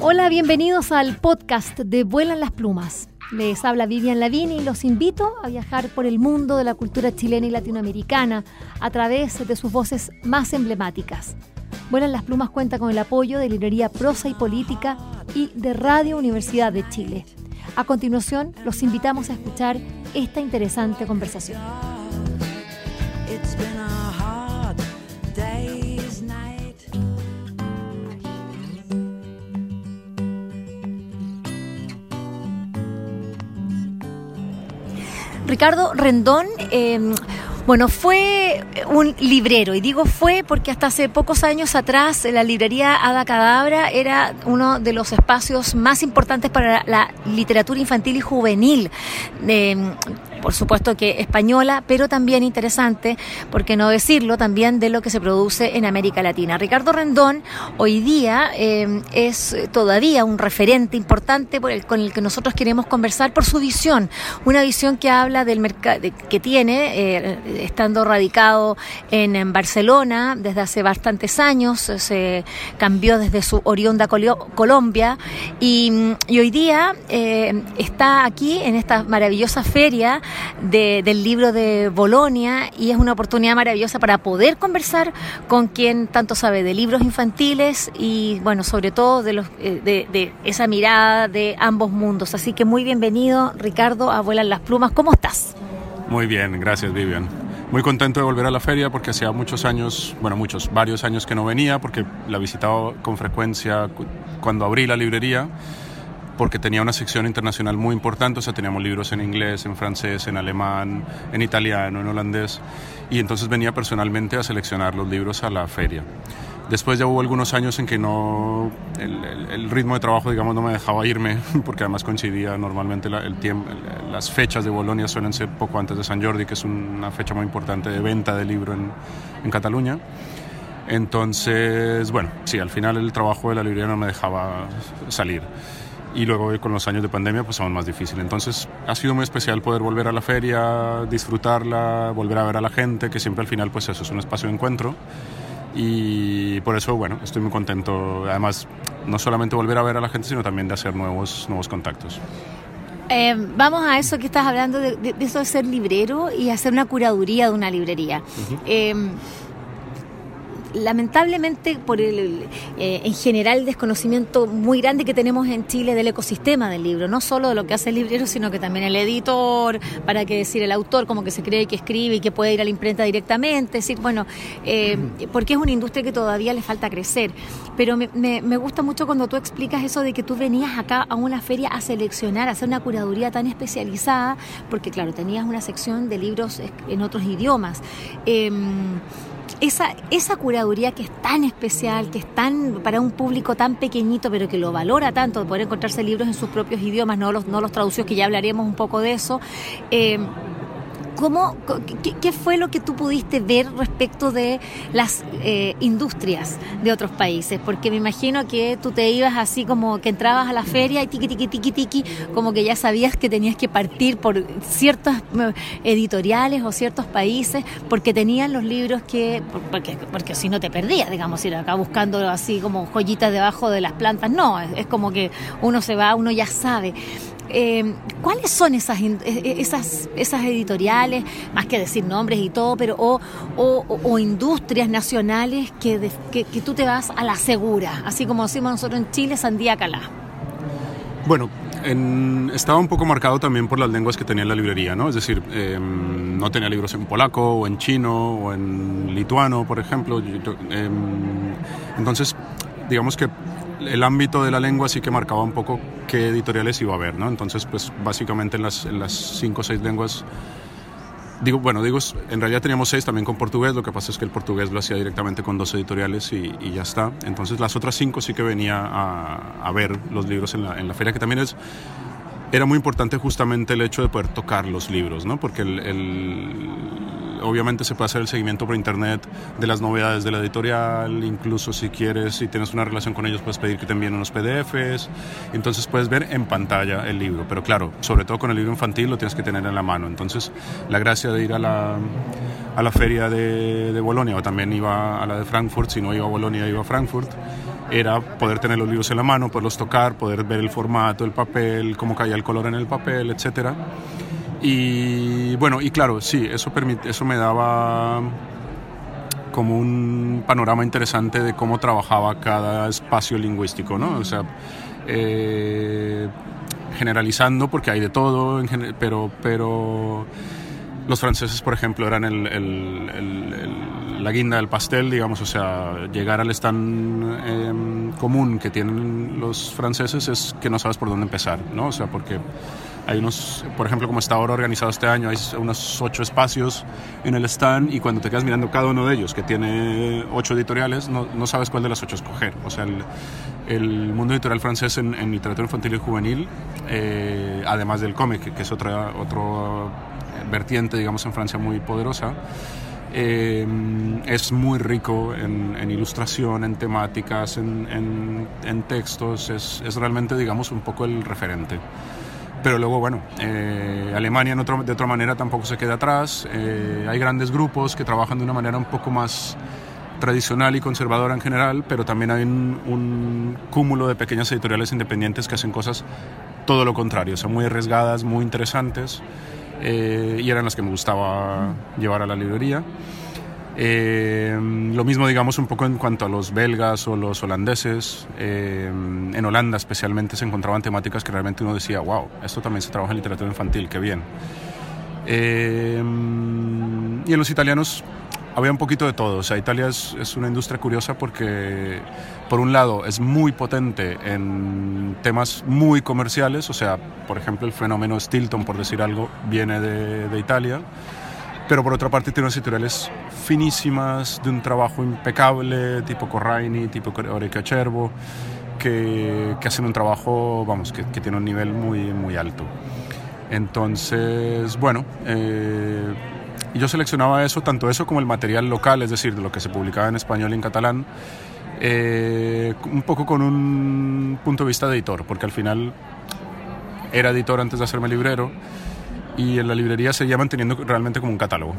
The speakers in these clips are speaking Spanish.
Hola, bienvenidos al podcast de Vuelan las Plumas. Les habla Vivian Lavín y los invito a viajar por el mundo de la cultura chilena y latinoamericana a través de sus voces más emblemáticas. Vuelan las Plumas cuenta con el apoyo de Librería Prosa y Política y de Radio Universidad de Chile. A continuación, los invitamos a escuchar esta interesante conversación. Ricardo Rendón, fue un librero, y digo fue porque hasta hace pocos años atrás la librería Hada Cadabra era uno de los espacios más importantes para la literatura infantil y juvenil, por supuesto que española, pero también interesante, por qué no decirlo, también de lo que se produce en América Latina. Ricardo Rendón hoy día es todavía un referente importante con el que nosotros queremos conversar por su visión, una visión que habla del mercado que tiene, estando radicado en Barcelona desde hace bastantes años, se cambió desde su oriunda Colombia y hoy día está aquí en esta maravillosa feria del libro de Bolonia, y es una oportunidad maravillosa para poder conversar con quien tanto sabe de libros infantiles y sobre todo de esa mirada de ambos mundos. Así que muy bienvenido, Ricardo, a Vuelan las Plumas. ¿Cómo estás? Muy bien, gracias, Vivian. Muy contento de volver a la feria porque hacía varios años que no venía, porque la visitaba con frecuencia cuando abrí la librería, porque tenía una sección internacional muy importante, o sea, teníamos libros en inglés, en francés, en alemán, en italiano, en holandés, y entonces venía personalmente a seleccionar los libros a la feria. Después ya hubo algunos años en que el ritmo de trabajo, digamos, no me dejaba irme, porque además coincidía normalmente las fechas de Bolonia suelen ser poco antes de Sant Jordi, que es una fecha muy importante de venta de libro en Cataluña. Entonces, sí, al final el trabajo de la librería no me dejaba salir. Y luego con los años de pandemia pues aún más difícil. Entonces ha sido muy especial poder volver a la feria, disfrutarla, volver a ver a la gente, que siempre al final pues eso es un espacio de encuentro. Y por eso, estoy muy contento. Además, no solamente volver a ver a la gente, sino también de hacer nuevos contactos. Vamos a eso que estás hablando, de eso de ser librero y hacer una curaduría de una librería. Uh-huh. Lamentablemente, por en general el desconocimiento muy grande que tenemos en Chile del ecosistema del libro, no solo de lo que hace el librero, sino que también el editor, para qué decir el autor, como que se cree que escribe y que puede ir a la imprenta directamente, es decir, porque es una industria que todavía le falta crecer. Pero me gusta mucho cuando tú explicas eso de que tú venías acá a una feria a seleccionar, a hacer una curaduría tan especializada, porque claro, tenías una sección de libros en otros idiomas. Esa curaduría que es tan especial, que es tan para un público tan pequeñito, pero que lo valora tanto, de poder encontrarse libros en sus propios idiomas, no los traducidos, que ya hablaremos un poco de eso. ¿Qué fue lo que tú pudiste ver respecto de las industrias de otros países? Porque me imagino que tú te ibas así como que entrabas a la feria y tiqui, como que ya sabías que tenías que partir por ciertas editoriales o ciertos países, porque tenían los libros porque si no te perdías, digamos, ir acá buscando así como joyitas debajo de las plantas. No, es como que uno se va, uno ya sabe. ¿Cuáles son esas editoriales, más que decir nombres y todo, pero o industrias nacionales que tú te vas a la segura, así como decimos nosotros en Chile, sandía calá? Estaba un poco marcado también por las lenguas que tenía en la librería, ¿no? Es decir, no tenía libros en polaco o en chino o en lituano, por ejemplo. Entonces, digamos que el ámbito de la lengua sí que marcaba un poco qué editoriales iba a haber, ¿no? Entonces, pues básicamente en las 5 o 6 lenguas, en realidad teníamos 6 también con portugués, lo que pasa es que el portugués lo hacía directamente con 2 editoriales y ya está. Entonces las otras 5 sí que venía a ver los libros en la feria, que también era muy importante justamente el hecho de poder tocar los libros, ¿no? Porque obviamente se puede hacer el seguimiento por internet de las novedades de la editorial, incluso si tienes una relación con ellos, puedes pedir que te envíen unos PDFs, entonces puedes ver en pantalla el libro, pero claro, sobre todo con el libro infantil lo tienes que tener en la mano. Entonces la gracia de ir a la feria de Bolonia, o también iba a la de Frankfurt, si no iba a Bolonia iba a Frankfurt, era poder tener los libros en la mano, poderlos tocar, poder ver el formato, el papel, cómo caía el color en el papel, etc. Y bueno, y claro, sí, eso me daba como un panorama interesante de cómo trabajaba cada espacio lingüístico, ¿no? O sea, generalizando, porque hay de todo, pero los franceses, por ejemplo, eran la guinda del pastel, digamos, o sea, llegar al stand común que tienen los franceses es que no sabes por dónde empezar, ¿no? O sea, porque hay unos, por ejemplo, como está ahora organizado este año, hay unos 8 espacios en el stand y cuando te quedas mirando cada uno de ellos, que tiene 8 editoriales, no sabes cuál de las 8 escoger. O sea, el mundo editorial francés en literatura infantil y juvenil, además del cómic, que es otra vertiente, digamos, en Francia muy poderosa, es muy rico en ilustración, en temáticas, en textos, es realmente, digamos, un poco el referente. Pero luego, bueno, Alemania de otra manera tampoco se queda atrás. Hay grandes grupos que trabajan de una manera un poco más tradicional y conservadora en general, pero también hay un cúmulo de pequeñas editoriales independientes que hacen cosas todo lo contrario, o sea, muy arriesgadas, muy interesantes, y eran las que me gustaba llevar a la librería. Lo mismo, digamos, un poco en cuanto a los belgas o los holandeses. En Holanda especialmente se encontraban temáticas que realmente uno decía, wow, esto también se trabaja en literatura infantil, qué bien. Y en los italianos había un poquito de todo. O sea, Italia es una industria curiosa porque, por un lado, es muy potente en temas muy comerciales. O sea, por ejemplo, el fenómeno Stilton, por decir algo, viene de Italia. Pero por otra parte tiene unas editoriales finísimas, de un trabajo impecable, tipo Corraini, tipo Orecchio Acerbo, que hacen un trabajo, vamos, que tiene un nivel muy, muy alto. Entonces, bueno, yo seleccionaba eso, tanto eso como el material local, es decir, de lo que se publicaba en español y en catalán, un poco con un punto de vista de editor, porque al final era editor antes de hacerme librero, y en la librería seguía manteniendo realmente como un catálogo.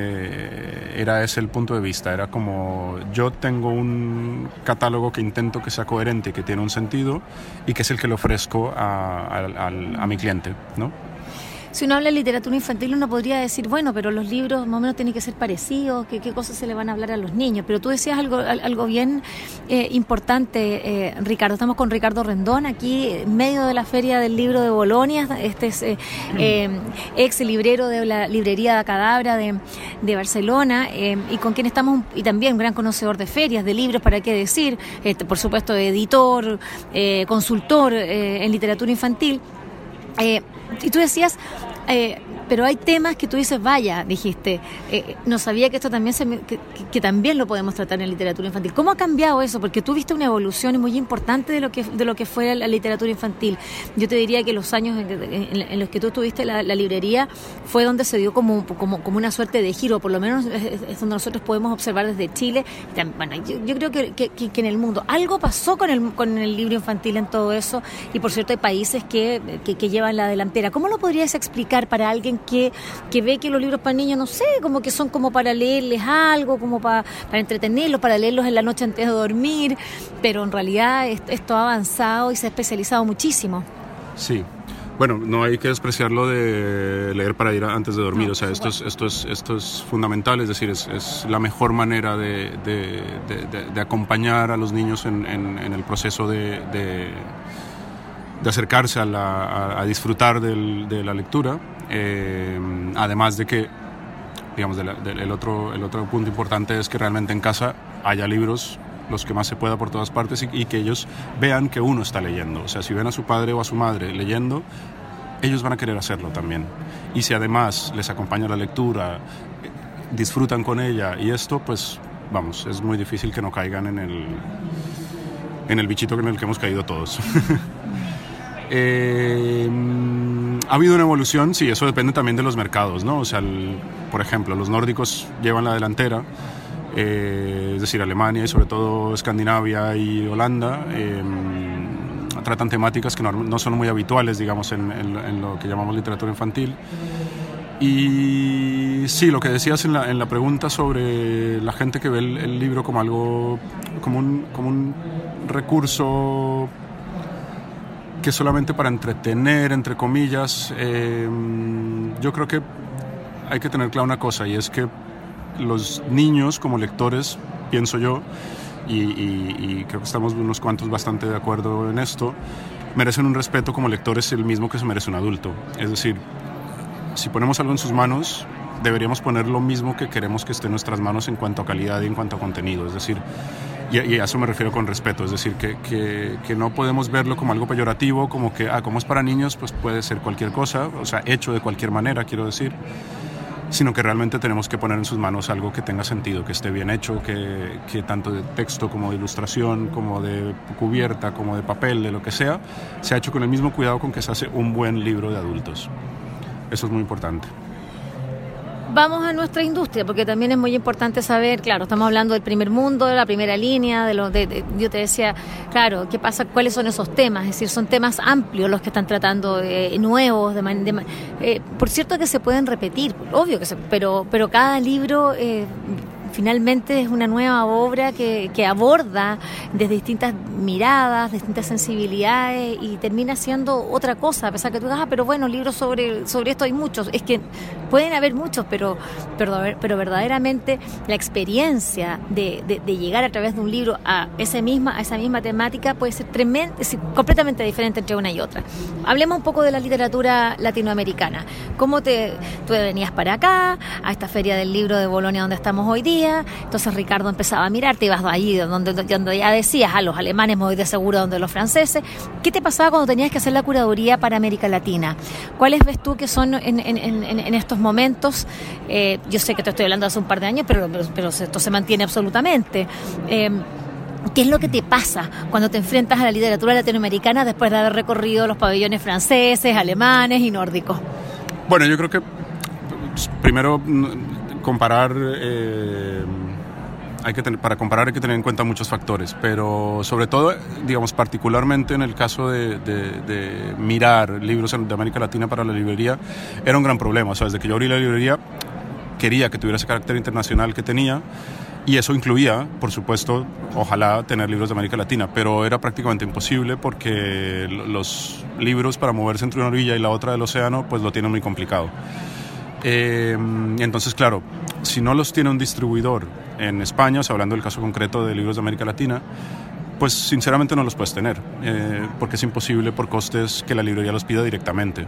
Era ese el punto de vista, era como yo tengo un catálogo que intento que sea coherente, que tiene un sentido y que es el que le ofrezco a mi cliente, ¿no? Si uno habla de literatura infantil, uno podría decir, bueno, pero los libros más o menos tienen que ser parecidos, qué cosas se le van a hablar a los niños. Pero tú decías algo bien importante, Ricardo. Estamos con Ricardo Rendón aquí en medio de la Feria del Libro de Bolonia. Este es ex librero de la librería Da Cadabra de Barcelona, y con quien estamos, y también un gran conocedor de ferias, de libros, para qué decir, por supuesto, editor, consultor en literatura infantil. Y tú decías, pero hay temas que tú dices, vaya, dijiste, no sabía que esto también que también lo podemos tratar en literatura infantil. ¿Cómo ha cambiado eso? Porque tú viste una evolución muy importante de lo que fue la literatura infantil. Yo te diría que los años en los que tú tuviste la librería fue donde se dio como una suerte de giro, por lo menos es donde nosotros podemos observar desde Chile. Bueno, yo creo que en el mundo algo pasó con el libro infantil en todo eso, y por cierto hay países que llevan la delantera. ¿Cómo lo podrías explicar para alguien que ve que los libros para niños, no sé, como que son como para leerles algo, como para entretenerlos, para leerlos en la noche antes de dormir, pero en realidad esto ha avanzado y se ha especializado muchísimo? Sí. Bueno, no hay que despreciarlo de leer para ir antes de dormir, no, o sea, esto es fundamental, es decir, es la mejor manera de acompañar a los niños en el proceso de acercarse a disfrutar de la lectura. Además de que, digamos, el otro punto importante es que realmente en casa haya libros, los que más se pueda por todas partes, y que ellos vean que uno está leyendo. O sea, si ven a su padre o a su madre leyendo, ellos van a querer hacerlo también. Y si además les acompaña la lectura, disfrutan con ella y esto, pues vamos, es muy difícil que no caigan en el bichito en el que hemos caído todos. Ha habido una evolución, sí, eso depende también de los mercados, ¿no? O sea, por ejemplo, los nórdicos llevan la delantera, es decir, Alemania y sobre todo Escandinavia y Holanda tratan temáticas que no son muy habituales, digamos, en lo que llamamos literatura infantil. Y sí, lo que decías en la pregunta sobre la gente que ve el libro como algo, como un recurso que solamente para entretener, entre comillas, yo creo que hay que tener clara una cosa, y es que los niños como lectores, pienso yo, y creo que estamos unos cuantos bastante de acuerdo en esto, merecen un respeto como lectores el mismo que se merece un adulto. Es decir, si ponemos algo en sus manos, deberíamos poner lo mismo que queremos que esté en nuestras manos en cuanto a calidad y en cuanto a contenido. Es decir, y a eso me refiero con respeto. Es decir, que no podemos verlo como algo peyorativo, como que, como es para niños, pues puede ser cualquier cosa, o sea, hecho de cualquier manera, quiero decir, sino que realmente tenemos que poner en sus manos algo que tenga sentido, que esté bien hecho, que tanto de texto como de ilustración, como de cubierta, como de papel, de lo que sea hecho con el mismo cuidado con que se hace un buen libro de adultos. Eso es muy importante. Vamos a nuestra industria, porque también es muy importante saber, claro, estamos hablando del primer mundo, de la primera línea, yo te decía, claro, ¿qué pasa? ¿Cuáles son esos temas? Es decir, son temas amplios los que están tratando, nuevos, por cierto que se pueden repetir, obvio que pero cada libro finalmente es una nueva obra que aborda desde distintas miradas, distintas sensibilidades y termina siendo otra cosa, a pesar que tú digas, pero bueno, libros sobre esto hay muchos, es que pueden haber muchos, pero verdaderamente la experiencia de llegar a través de un libro a esa misma temática puede ser completamente diferente entre una y otra. Hablemos un poco de la literatura latinoamericana. ¿Cómo tú venías para acá, a esta Feria del Libro de Bolonia donde estamos hoy día? Entonces Ricardo empezaba a mirarte, ibas allí donde ya decías, a los alemanes me voy de seguro donde los franceses. ¿Qué te pasaba cuando tenías que hacer la curaduría para América Latina? ¿Cuáles ves tú que son en estos momentos? Yo sé que te estoy hablando hace un par de años, pero esto se mantiene absolutamente. ¿Qué es lo que te pasa cuando te enfrentas a la literatura latinoamericana después de haber recorrido los pabellones franceses, alemanes y nórdicos? Bueno, yo creo que primero comparar, para comparar hay que tener en cuenta muchos factores, pero sobre todo, digamos, particularmente en el caso de mirar libros de América Latina para la librería, era un gran problema. O sea, desde que yo abrí la librería, quería que tuviera ese carácter internacional que tenía, y eso incluía, por supuesto, ojalá tener libros de América Latina, pero era prácticamente imposible porque los libros para moverse entre una orilla y la otra del océano, pues lo tienen muy complicado. Entonces, claro, si no los tiene un distribuidor en España, o sea, hablando del caso concreto de libros de América Latina, pues sinceramente no los puedes tener, porque es imposible por costes que la librería los pida directamente.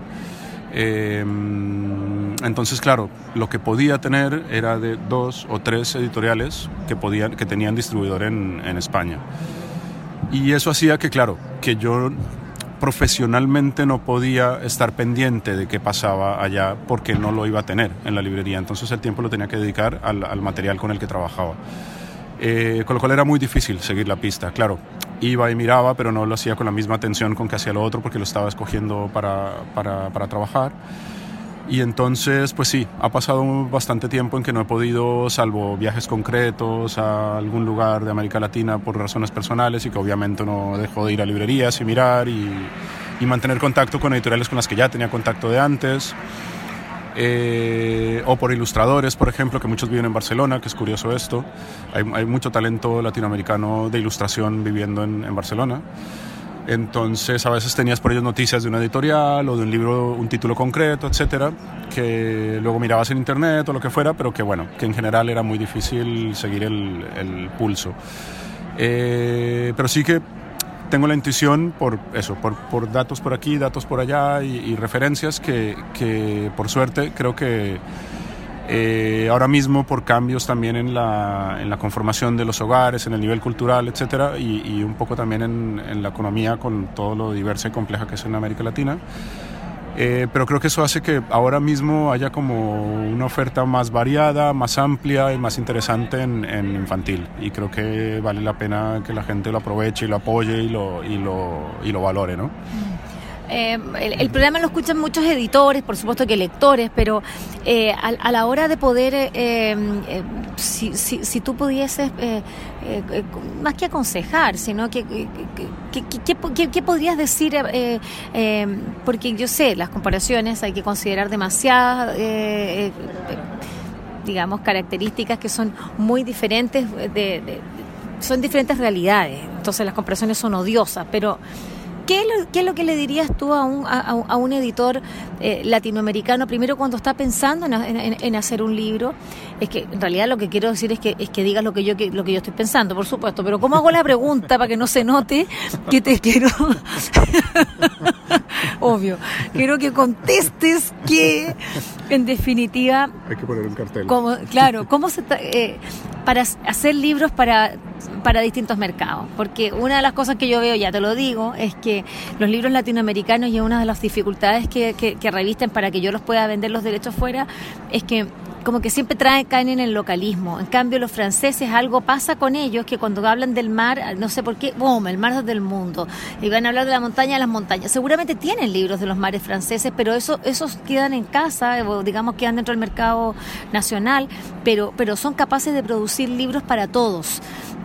Entonces, claro, lo que podía tener era de 2 o 3 editoriales que tenían distribuidor en España. Y eso hacía que, claro, que yo profesionalmente no podía estar pendiente de qué pasaba allá porque no lo iba a tener en la librería. Entonces el tiempo lo tenía que dedicar al material con el que trabajaba. Con lo cual era muy difícil seguir la pista. Claro, iba y miraba, pero no lo hacía con la misma atención con que hacía lo otro porque lo estaba escogiendo para trabajar. Y entonces, pues sí, ha pasado bastante tiempo en que no he podido, salvo viajes concretos a algún lugar de América Latina por razones personales, y que obviamente no dejo de ir a librerías y mirar y mantener contacto con editoriales con las que ya tenía contacto de antes, o por ilustradores, por ejemplo, que muchos viven en Barcelona, que es curioso esto. Hay mucho talento latinoamericano de ilustración viviendo en Barcelona. Entonces a veces tenías por ellos noticias de una editorial o de un libro, un título concreto, etcétera, que luego mirabas en internet o lo que fuera, pero que bueno, que en general era muy difícil seguir el pulso. Pero sí que tengo la intuición por por datos por aquí, datos por allá y referencias que por suerte creo que ahora mismo, por cambios también en la conformación de los hogares, en el nivel cultural, etcétera, y un poco también en la economía con todo lo diversa y compleja que es en América Latina. Pero creo que eso hace que ahora mismo haya como una oferta más variada, más amplia y más interesante en infantil, y creo que vale la pena que la gente lo aproveche y lo apoye y lo valore, ¿no? el programa lo escuchan muchos editores, por supuesto que lectores, pero a la hora de poder, si tú pudieses, más que aconsejar, sino ¿qué podrías decir? Porque yo sé, las comparaciones hay que considerar demasiadas, digamos, características que son muy diferentes, son diferentes realidades, entonces las comparaciones son odiosas, pero ¿qué es lo que le dirías tú a un editor latinoamericano, primero cuando está pensando en hacer un libro? Es que en realidad lo que quiero decir es que digas lo que yo estoy pensando, por supuesto, pero ¿cómo hago la pregunta para que no se note que te quiero? Obvio, quiero que contestes que, en definitiva, hay que poner un cartel. ¿Cómo se para hacer libros para distintos mercados? Porque una de las cosas que yo veo, ya te lo digo, es que los libros latinoamericanos, y una de las dificultades que revisten para que yo los pueda vender los derechos fuera, es que como que siempre caen en el localismo. En cambio, los franceses, algo pasa con ellos, que cuando hablan del mar, no sé por qué, el mar es del mundo, y van a hablar de la montaña, de las montañas. Seguramente tienen libros de los mares franceses, pero esos quedan en casa, o digamos quedan dentro del mercado nacional, pero son capaces de producir libros para todos.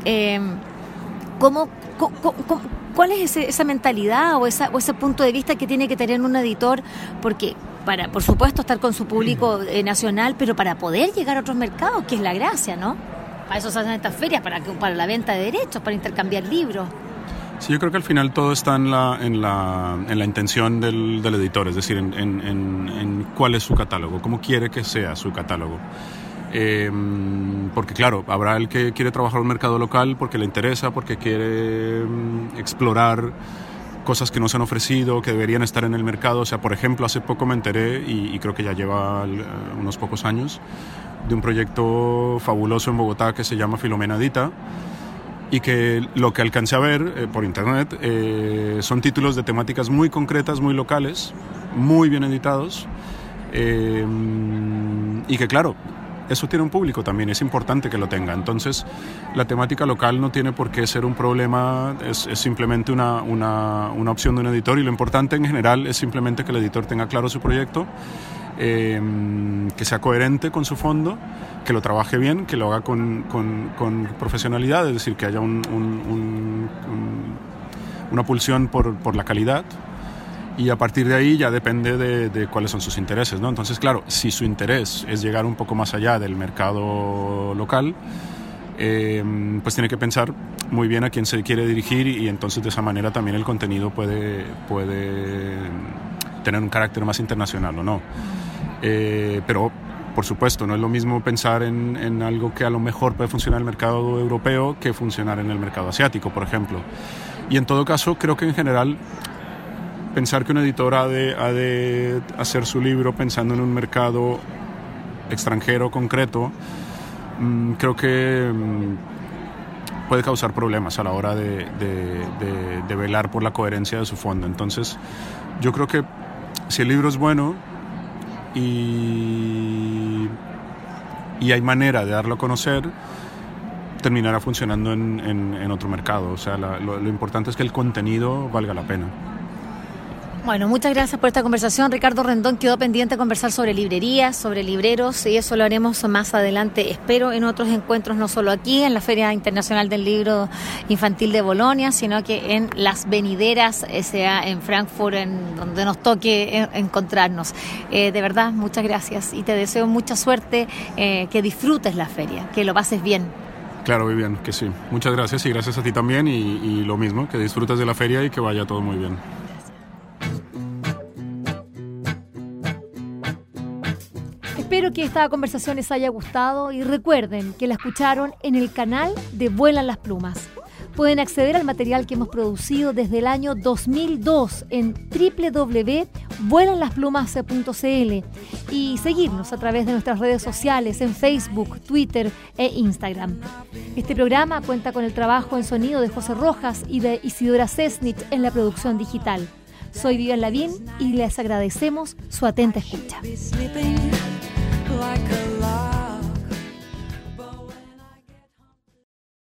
¿Cuál es esa mentalidad o ese punto de vista que tiene que tener un editor? Porque para, por supuesto, estar con su público nacional, pero para poder llegar a otros mercados, que es la gracia, ¿no? Para eso se hacen estas ferias, para la venta de derechos, para intercambiar libros. Sí, yo creo que al final todo está en la intención del editor, es decir, en cuál es su catálogo, cómo quiere que sea su catálogo. Porque claro, habrá el que quiere trabajar en un mercado local porque le interesa, porque quiere explorar cosas que no se han ofrecido, que deberían estar en el mercado. O sea, por ejemplo, hace poco me enteré, y creo que ya lleva unos pocos años, de un proyecto fabuloso en Bogotá que se llama Filomena Edita, y que lo que alcancé a ver por internet son títulos de temáticas muy concretas, muy locales, muy bien editados, y que claro, eso tiene un público también, es importante que lo tenga. Entonces, la temática local no tiene por qué ser un problema, es simplemente una opción de un editor, y lo importante en general es simplemente que el editor tenga claro su proyecto, que sea coherente con su fondo, que lo trabaje bien, que lo haga con profesionalidad, es decir, que haya una pulsión por la calidad. Y a partir de ahí ya depende de cuáles son sus intereses, ¿no? Entonces, claro, si su interés es llegar un poco más allá del mercado local, pues tiene que pensar muy bien a quién se quiere dirigir, y entonces de esa manera también el contenido puede tener un carácter más internacional, ¿o no? Pero, por supuesto, no es lo mismo pensar en algo que a lo mejor puede funcionar en el mercado europeo que funcionar en el mercado asiático, por ejemplo. Y en todo caso, creo que en general pensar que un editor ha de hacer su libro pensando en un mercado extranjero concreto, creo que puede causar problemas a la hora de velar por la coherencia de su fondo. Entonces, yo creo que si el libro es bueno y hay manera de darlo a conocer, terminará funcionando en otro mercado. O sea, lo importante es que el contenido valga la pena. Bueno, muchas gracias por esta conversación. Ricardo Rendón quedó pendiente de conversar sobre librerías, sobre libreros, y eso lo haremos más adelante, espero, en otros encuentros, no solo aquí en la Feria Internacional del Libro Infantil de Bolonia, sino que en las venideras, sea en Frankfurt, en donde nos toque encontrarnos. De verdad, muchas gracias, y te deseo mucha suerte, que disfrutes la feria, que lo pases bien. Claro, Vivian, que sí. Muchas gracias, y gracias a ti también, y lo mismo, que disfrutes de la feria y que vaya todo muy bien. Espero que esta conversación les haya gustado, y recuerden que la escucharon en el canal de Vuelan las Plumas. Pueden acceder al material que hemos producido desde el año 2002 en www.vuelanlasplumas.cl y seguirnos a través de nuestras redes sociales en Facebook, Twitter e Instagram. Este programa cuenta con el trabajo en sonido de José Rojas y de Isidora Cesnich en la producción digital. Soy Vivian Lavín y les agradecemos su atenta escucha. Like a lie.